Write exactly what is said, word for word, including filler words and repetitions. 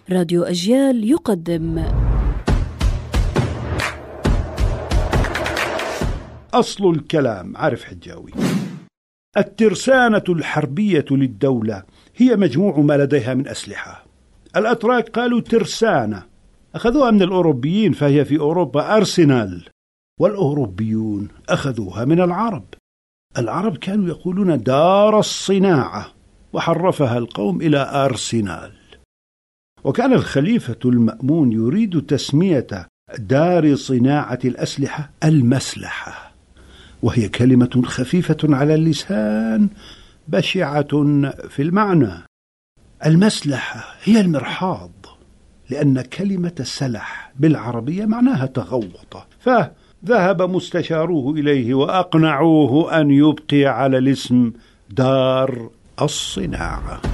راديو أجيال يقدم أصل الكلام. عارف حجاوي. الترسانة الحربية للدولة هي مجموع ما لديها من أسلحة. الأتراك قالوا ترسانة، أخذوها من الأوروبيين فهي في أوروبا أرسنال، والأوروبيون أخذوها من العرب. العرب كانوا يقولون دار الصناعة، وحرفها القوم إلى أرسنال. وكان الخليفة المأمون يريد تسمية دار صناعة الأسلحة المسلحة، وهي كلمة خفيفة على اللسان بشعة في المعنى. المسلحة هي المرحاض، لأن كلمة سلح بالعربية معناها تغوط، فذهب مستشاروه إليه وأقنعوه أن يبقي على الاسم دار الصناعة.